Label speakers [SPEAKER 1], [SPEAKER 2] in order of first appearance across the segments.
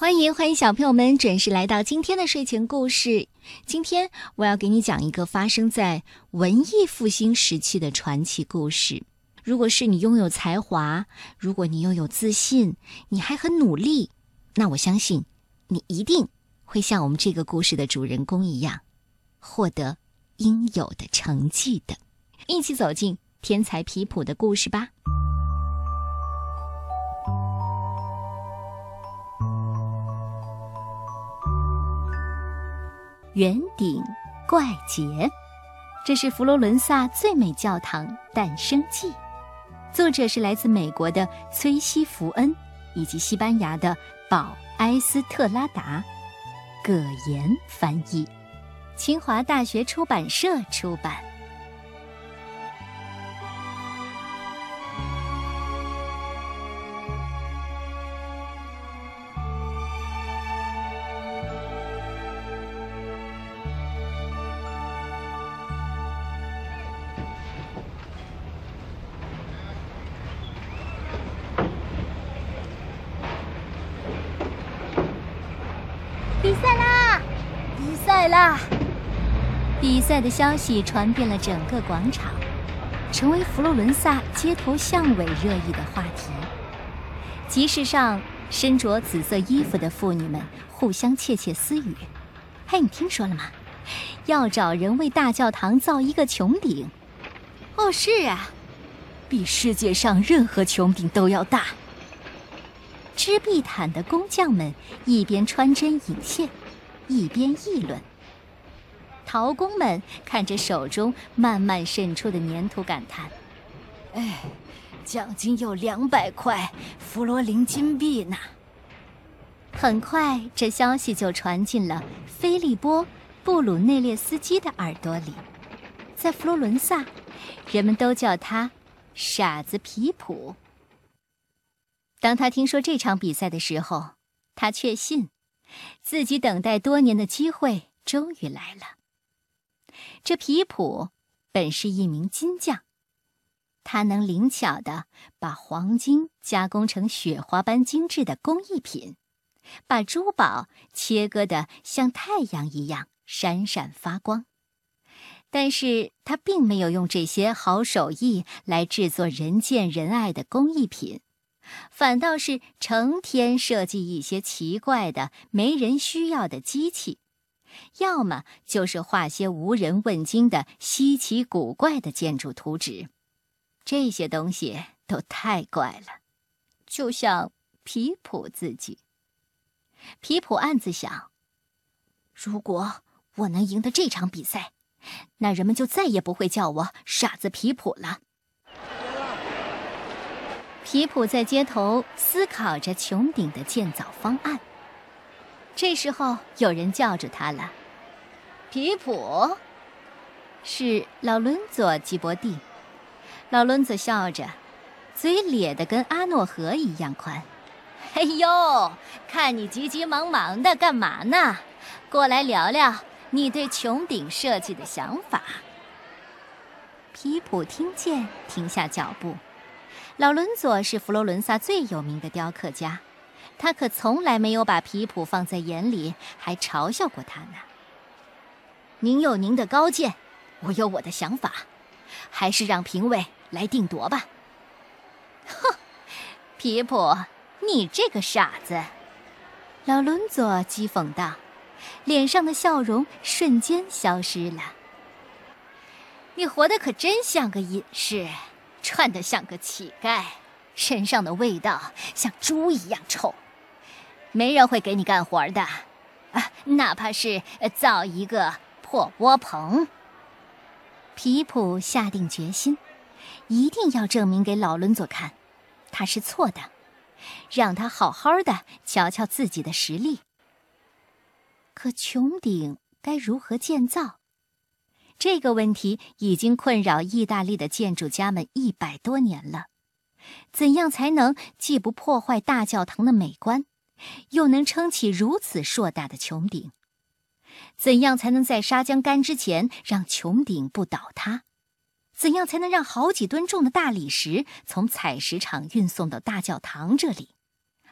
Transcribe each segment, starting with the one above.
[SPEAKER 1] 欢迎小朋友们准时来到今天的睡前故事。今天我要给你讲一个发生在文艺复兴时期的传奇故事。如果是你拥有才华，如果你又有自信，你还很努力，那我相信你一定会像我们这个故事的主人公一样，获得应有的成绩的。一起走进天才皮普的故事吧。圆顶怪节，这是佛罗伦萨最美教堂诞生记。作者是来自美国的崔西福恩以及西班牙的保埃斯特拉达，葛言翻译，清华大学出版社出版。
[SPEAKER 2] 比赛啦！比赛啦！
[SPEAKER 1] 比赛的消息传遍了整个广场，成为佛罗伦萨街头巷尾热议的话题。集市上，身着紫色衣服的妇女们互相窃窃私语：“嘿，你听说了吗？要找人为大教堂造一个穹顶。”“
[SPEAKER 2] 哦，是啊，
[SPEAKER 1] 比世界上任何穹顶都要大。”织地毯的工匠们一边穿针引线，一边议论。陶工们看着手中慢慢渗出的粘土感叹：“
[SPEAKER 2] 哎，奖金有200块佛罗林金币呢。”
[SPEAKER 1] 很快，这消息就传进了菲利波·布鲁内列斯基的耳朵里。在佛罗伦萨，人们都叫他傻子皮普。当他听说这场比赛的时候，他确信自己等待多年的机会终于来了。这皮普本是一名金匠，他能灵巧地把黄金加工成雪花般精致的工艺品，把珠宝切割得像太阳一样闪闪发光。但是他并没有用这些好手艺来制作人见人爱的工艺品，反倒是成天设计一些奇怪的没人需要的机器，要么就是画些无人问津的稀奇古怪的建筑图纸。这些东西都太怪了，就像皮普自己。皮普暗自想，如果我能赢得这场比赛，那人们就再也不会叫我傻子皮普了。皮普在街头思考着穹顶的建造方案。这时候有人叫住他了：“
[SPEAKER 2] 皮普！”
[SPEAKER 1] 是老伦佐·吉伯蒂。老伦佐笑着，嘴咧得跟阿诺河一样宽。
[SPEAKER 2] “哎呦，看你急急忙忙的干嘛呢？过来聊聊你对穹顶设计的想法。”
[SPEAKER 1] 皮普听见，停下脚步。老伦佐是佛罗伦萨最有名的雕刻家，他可从来没有把皮普放在眼里，还嘲笑过他呢。
[SPEAKER 2] “您有您的高见，我有我的想法，还是让评委来定夺吧。”“
[SPEAKER 1] 哼，皮普，你这个傻子！”老伦佐讥讽道，脸上的笑容瞬间消失了。
[SPEAKER 2] “你活得可真像个隐士，穿得像个乞丐，身上的味道像猪一样臭，没人会给你干活的，哪怕是造一个破窝棚。”
[SPEAKER 1] 皮普下定决心，一定要证明给老伦佐看，他是错的，让他好好的瞧瞧自己的实力。可穹顶该如何建造？这个问题已经困扰意大利的建筑家们100多年了。怎样才能既不破坏大教堂的美观，又能撑起如此硕大的穹顶？怎样才能在沙浆干之前让穹顶不倒塌？怎样才能让好几吨重的大理石从采石场运送到大教堂这里？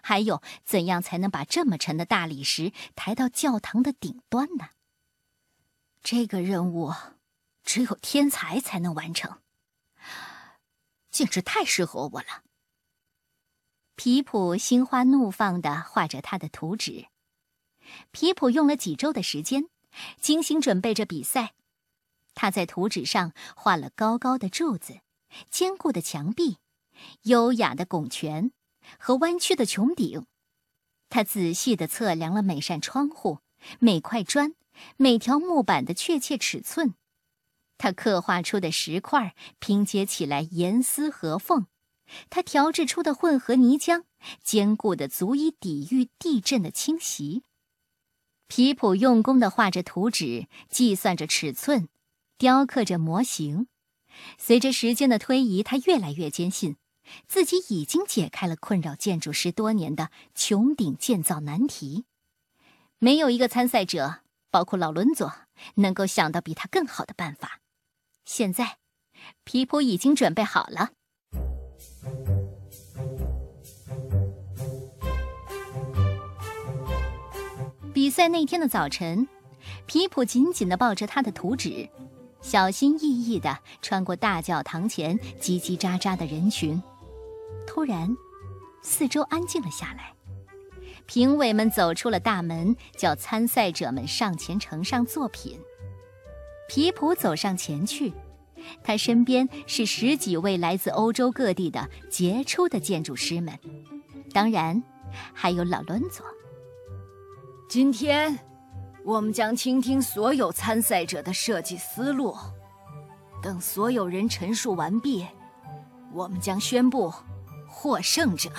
[SPEAKER 1] 还有，怎样才能把这么沉的大理石抬到教堂的顶端呢？这个任务只有天才才能完成，简直太适合我了。皮普心花怒放地画着他的图纸。皮普用了几周的时间，精心准备着比赛。他在图纸上画了高高的柱子、坚固的墙壁、优雅的拱泉和弯曲的穹顶。他仔细地测量了每扇窗户、每块砖、每条木板的确切尺寸。他刻画出的石块拼接起来严丝合缝，他调制出的混合泥浆坚固的足以抵御地震的侵袭。皮普用功地画着图纸，计算着尺寸，雕刻着模型。随着时间的推移，他越来越坚信自己已经解开了困扰建筑师多年的穹顶建造难题。没有一个参赛者，包括老伦佐，能够想到比他更好的办法。现在，皮普已经准备好了。比赛那天的早晨，皮普紧紧地抱着他的图纸，小心翼翼地穿过大教堂前叽叽喳喳的人群。突然，四周安静了下来。评委们走出了大门，叫参赛者们上前呈上作品。皮普走上前去，他身边是10几位来自欧洲各地的杰出的建筑师们，当然还有老伦佐。
[SPEAKER 2] 今天，我们将倾听所有参赛者的设计思路。等所有人陈述完毕，我们将宣布获胜者。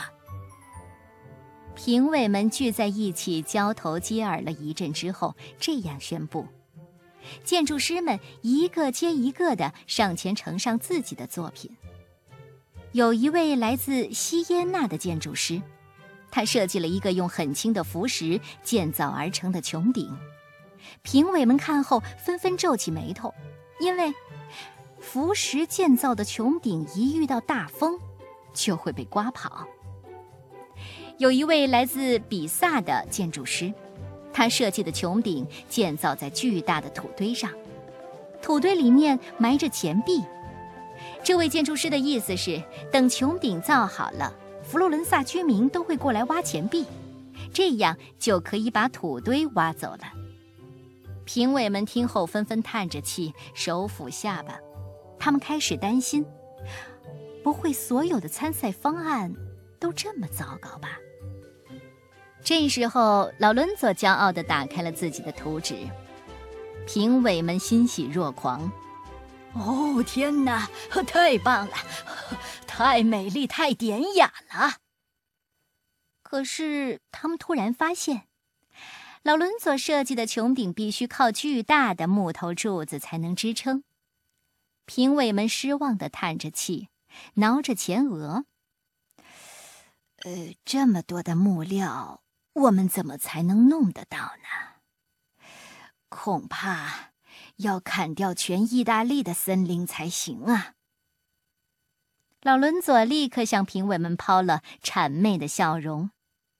[SPEAKER 1] 评委们聚在一起，交头接耳了一阵之后，这样宣布：建筑师们一个接一个地上前呈上自己的作品。有一位来自西耶纳的建筑师，他设计了一个用很轻的浮石建造而成的穹顶。评委们看后纷纷皱起眉头，因为浮石建造的穹顶一遇到大风就会被刮跑。有一位来自比萨的建筑师，他设计的穹顶建造在巨大的土堆上，土堆里面埋着钱币。这位建筑师的意思是，等穹顶造好了，佛罗伦萨居民都会过来挖钱币，这样就可以把土堆挖走了。评委们听后纷纷叹着气，手抚下巴。他们开始担心，不会所有的参赛方案都这么糟糕吧？这时候，老伦佐骄傲地打开了自己的图纸，评委们欣喜若狂。
[SPEAKER 2] 哦，天哪，太棒了，太美丽，太典雅了。
[SPEAKER 1] 可是他们突然发现，老伦佐设计的穹顶必须靠巨大的木头柱子才能支撑。评委们失望地叹着气，挠着前额。这么多的木料，我们怎么才能弄得到呢？恐怕要砍掉全意大利的森林才行啊！老伦佐立刻向评委们抛了谄媚的笑容。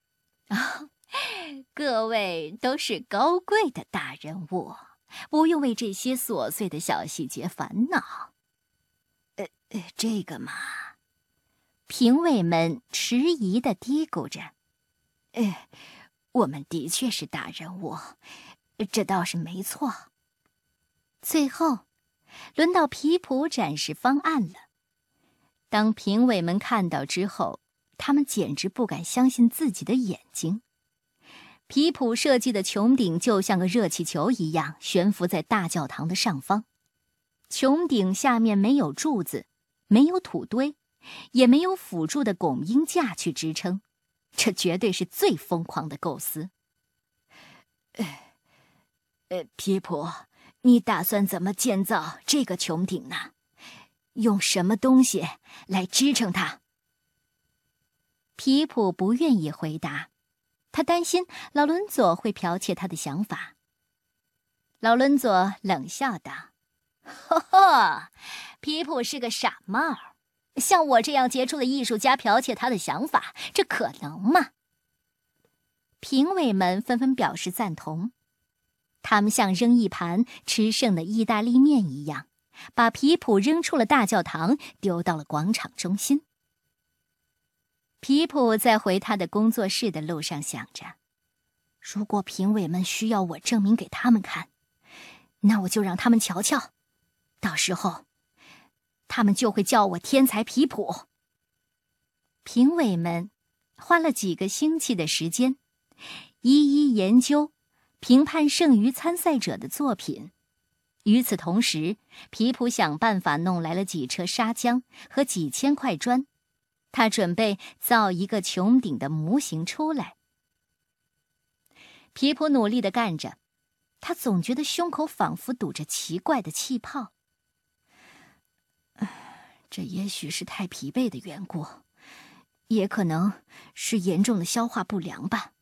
[SPEAKER 1] 各位都是高贵的大人物，不用为这些琐碎的小细节烦恼。这个嘛，评委们迟疑地嘀咕着。我们的确是大人物，这倒是没错。最后，轮到皮普展示方案了。当评委们看到之后，他们简直不敢相信自己的眼睛。皮普设计的穹顶就像个热气球一样悬浮在大教堂的上方。穹顶下面没有柱子，没有土堆，也没有辅助的拱鹰架去支撑，这绝对是最疯狂的构思。皮普，你打算怎么建造这个穹顶呢？用什么东西来支撑它？皮普不愿意回答，他担心老伦佐会剽窃他的想法。老伦佐冷笑道：“呵呵，皮普是个傻帽，像我这样杰出的艺术家剽窃他的想法，这可能吗？ 评委们纷纷表示赞同。他们像扔一盘吃剩的意大利面一样，把皮普扔出了大教堂，丢到了广场中心。皮普在回他的工作室的路上想着，如果评委们需要我证明给他们看，那我就让他们瞧瞧，到时候他们就会叫我天才皮普。评委们花了几个星期的时间，一一研究、评判剩余参赛者的作品。与此同时，皮普想办法弄来了几车砂浆和几千块砖，他准备造一个穹顶的模型出来。皮普努力地干着，他总觉得胸口仿佛堵着奇怪的气泡。这也许是太疲惫的缘故，也可能是严重的消化不良吧。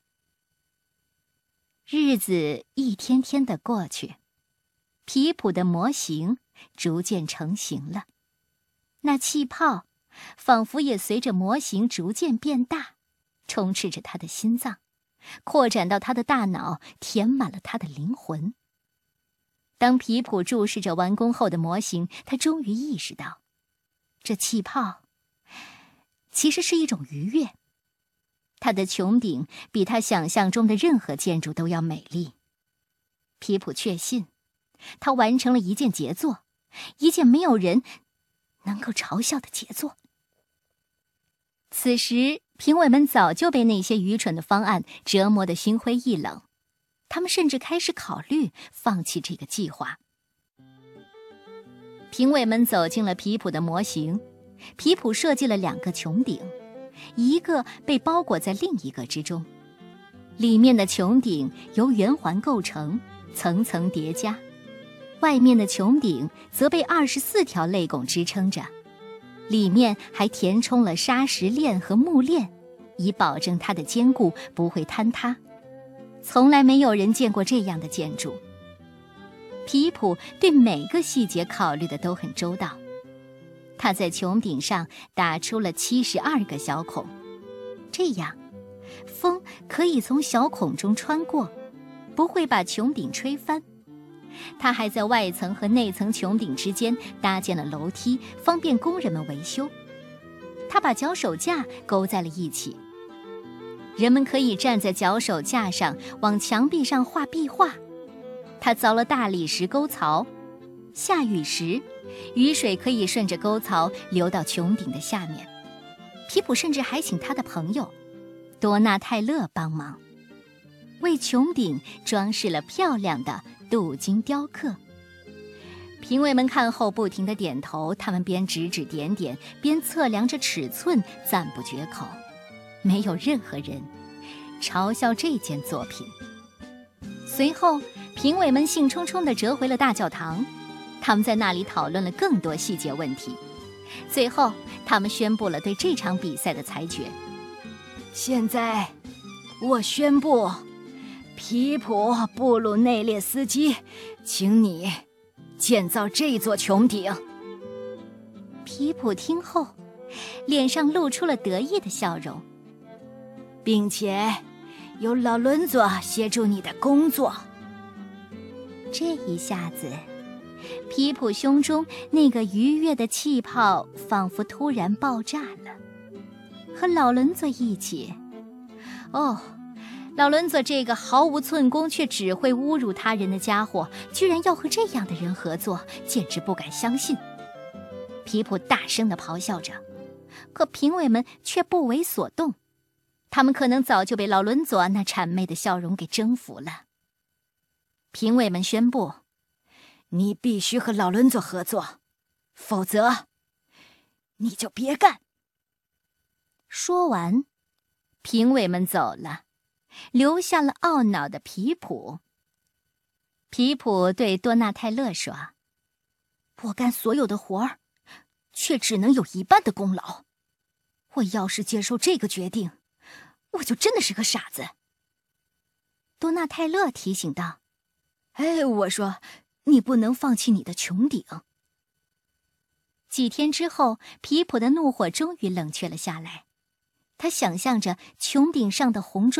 [SPEAKER 1] 日子一天天的过去，皮普的模型逐渐成型了。那气泡仿佛也随着模型逐渐变大，充斥着他的心脏，扩展到他的大脑，填满了他的灵魂。当皮普注视着完工后的模型，他终于意识到，这气泡其实是一种愉悦。它的穹顶比他想象中的任何建筑都要美丽。皮普确信，他完成了一件杰作，一件没有人能够嘲笑的杰作。此时，评委们早就被那些愚蠢的方案折磨得心灰意冷，他们甚至开始考虑放弃这个计划。评委们走进了皮普的模型，皮普设计了2个穹顶，一个被包裹在另一个之中，里面的穹顶由圆环构成，层层叠加，外面的穹顶则被24条肋拱支撑着，里面还填充了砂石链和木链，以保证它的坚固不会坍塌。从来没有人见过这样的建筑。皮普对每个细节考虑的都很周到，他在穹顶上打出了72个小孔，这样风可以从小孔中穿过，不会把穹顶吹翻。他还在外层和内层穹顶之间搭建了楼梯，方便工人们维修。他把脚手架勾在了一起，人们可以站在脚手架上往墙壁上画壁画。他凿了大理石沟槽，下雨时雨水可以顺着沟槽流到穹顶的下面。皮普甚至还请他的朋友多纳泰勒帮忙，为穹顶装饰了漂亮的镀金雕刻。评委们看后不停地点头，他们边指指点点，边测量着尺寸，赞不绝口。没有任何人嘲笑这件作品。随后，评委们兴冲冲地折回了大教堂，他们在那里讨论了更多细节问题。最后，他们宣布了对这场比赛的裁决。现在，我宣布，皮普·布鲁内列斯基，请你建造这座穹顶。皮普听后，脸上露出了得意的笑容，并且由老伦佐协助你的工作。这一下子，皮普胸中那个愉悦的气泡仿佛突然爆炸了。和老伦佐一起，老伦佐这个毫无寸功却只会侮辱他人的家伙，居然要和这样的人合作，简直不敢相信。皮普大声地咆哮着，可评委们却不为所动，他们可能早就被老伦佐那谄媚的笑容给征服了。评委们宣布，你必须和老伦佐合作，否则你就别干。说完，评委们走了，留下了懊恼的皮普。皮普对多纳泰勒说，我干所有的活儿，却只能有一半的功劳。我要是接受这个决定，我就真的是个傻子。多纳泰勒提醒道，我说，你不能放弃你的穹顶。几天之后，皮普的怒火终于冷却了下来。他想象着穹顶上的红砖，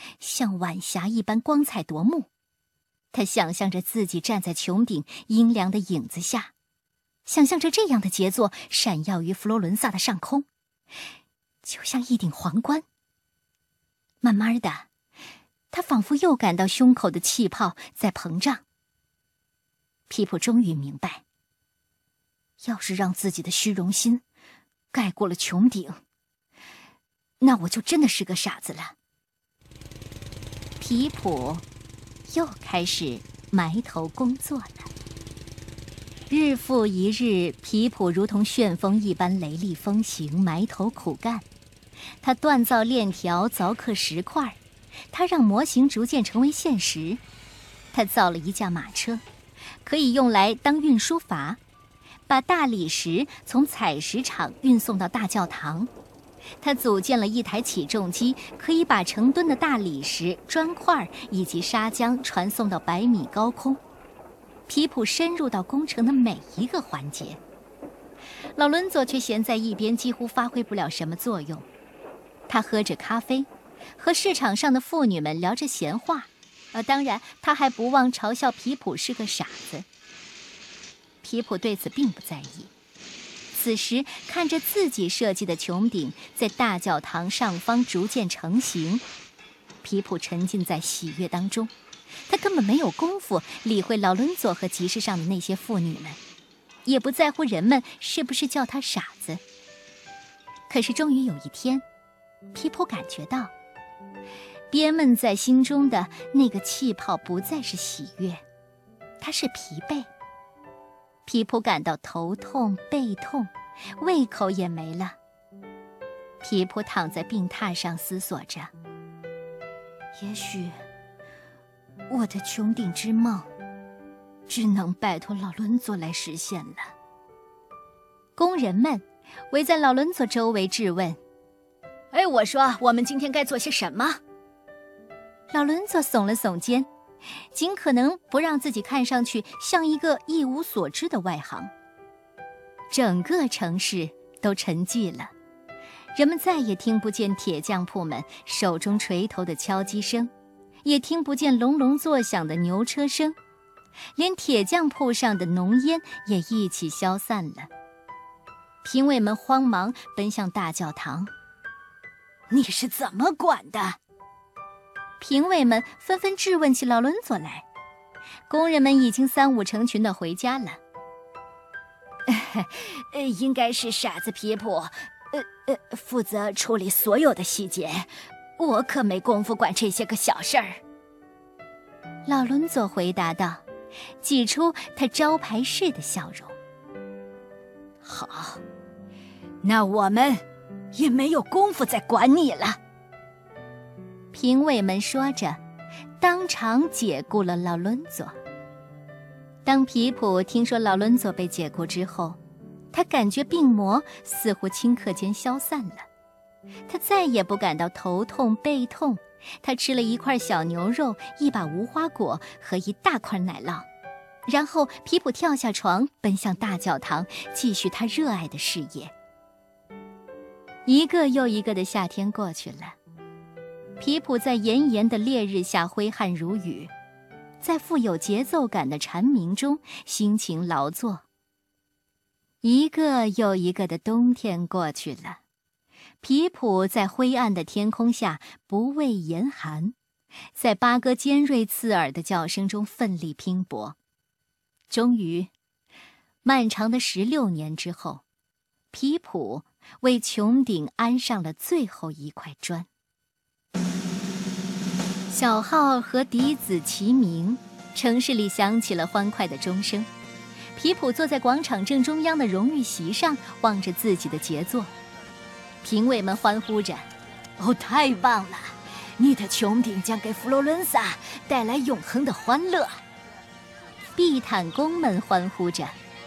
[SPEAKER 1] 像晚霞一般光彩夺目。他想象着自己站在穹顶阴凉的影子下，想象着这样的杰作闪耀于佛罗伦萨的上空，就像一顶皇冠。慢慢的，他仿佛又感到胸口的气泡在膨胀。皮普终于明白，要是让自己的虚荣心盖过了穹顶，那我就真的是个傻子了。皮普又开始埋头工作了。日复一日，皮普如同旋风一般雷厉风行，埋头苦干。他锻造链条，凿刻石块，他让模型逐渐成为现实。他造了一架马车，可以用来当运输阀，把大理石从采石场运送到大教堂。他组建了一台起重机，可以把成吨的大理石、砖块以及砂浆传送到100米高空。皮普深入到工程的每一个环节，老伦佐却闲在一边，几乎发挥不了什么作用。他喝着咖啡，和市场上的妇女们聊着闲话，当然他还不忘嘲笑皮普是个傻子。皮普对此并不在意。此时看着自己设计的穹顶在大教堂上方逐渐成型，皮普沉浸在喜悦当中。他根本没有功夫理会劳伦佐和集市上的那些妇女们，也不在乎人们是不是叫他傻子。可是终于有一天，皮普感觉到憋闷在心中的那个气泡不再是喜悦，它是疲惫。皮普感到头痛、背痛，胃口也没了。皮普躺在病榻上思索着，也许我的穹顶之梦只能拜托老伦佐来实现了。工人们围在老伦佐周围质问：
[SPEAKER 2] 我说我们今天该做些什么？
[SPEAKER 1] 老伦佐耸了耸肩，尽可能不让自己看上去像一个一无所知的外行。整个城市都沉寂了，人们再也听不见铁匠铺们手中锤头的敲击声，也听不见隆隆作响的牛车声，连铁匠铺上的浓烟也一起消散了。评委们慌忙奔向大教堂。
[SPEAKER 2] 你是怎么管的？
[SPEAKER 1] 评委们纷纷质问起劳伦佐来。工人们已经3、5成群地回家了。
[SPEAKER 2] 应该是傻子皮普，负责处理所有的细节，我可没工夫管这些个小事儿。
[SPEAKER 1] 劳伦佐回答道，挤出他招牌式的笑容。
[SPEAKER 2] 好，那我们也没有功夫再管你了。
[SPEAKER 1] 评委们说着，当场解雇了劳伦佐。当皮普听说劳伦佐被解雇之后，他感觉病魔似乎顷刻间消散了，他再也不感到头痛背痛。他吃了1块小牛肉、1把无花果和1大块奶酪，然后皮普跳下床，奔向大教堂，继续他热爱的事业。一个又一个的夏天过去了，皮普在炎炎的烈日下挥汗如雨，在富有节奏感的蝉鸣中辛勤劳作。一个又一个的冬天过去了，皮普在灰暗的天空下不畏严寒，在八哥尖锐刺耳的叫声中奋力拼搏。终于，漫长的16年之后，皮普为穹顶安上了最后一块砖。小号和笛子齐鸣，城市里响起了欢快的钟声。皮普坐在广场正中央的荣誉席上，望着自己的杰作。评委们欢呼着：“
[SPEAKER 2] 哦，太棒了！你的穹顶将给佛罗伦萨带来永恒的欢乐。”
[SPEAKER 1] 地毯工们欢呼着：“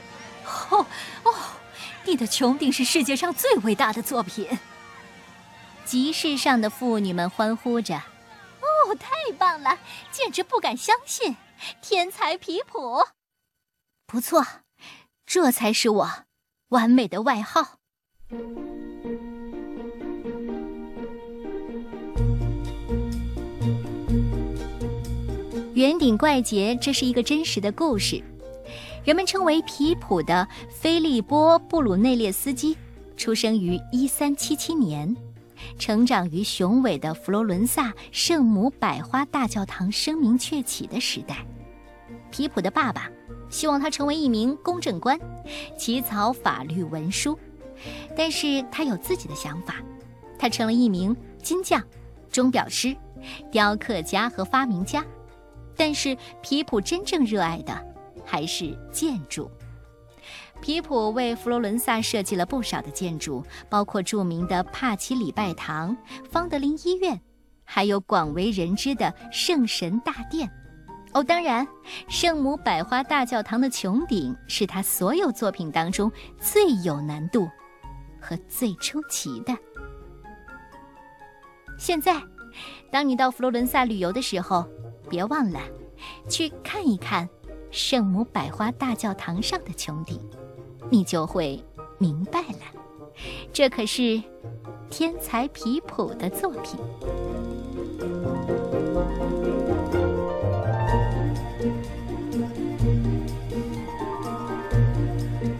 [SPEAKER 2] 你的穹顶是世界上最伟大的作品。”
[SPEAKER 1] 集市上的妇女们欢呼着：“
[SPEAKER 2] 太棒了，简直不敢相信！天才皮普！”
[SPEAKER 1] 不错，这才是我完美的外号。 圆顶怪杰这是一个真实的故事，人们称为皮普的菲利波·布鲁内列斯基出生于1377年，成长于雄伟的佛罗伦萨圣母百花大教堂声名鹊起的时代。皮普的爸爸希望他成为一名公证官，起草法律文书，但是他有自己的想法，他成了一名金匠、钟表师、雕刻家和发明家。但是皮普真正热爱的还是建筑。皮普为佛罗伦萨设计了不少的建筑，包括著名的帕奇礼拜堂、方德林医院，还有广为人知的圣神大殿。当然，圣母百花大教堂的穹顶是他所有作品当中最有难度和最出奇的。现在，当你到佛罗伦萨旅游的时候，别忘了去看一看圣母百花大教堂上的穹顶，你就会明白了，这可是天才皮普的作品。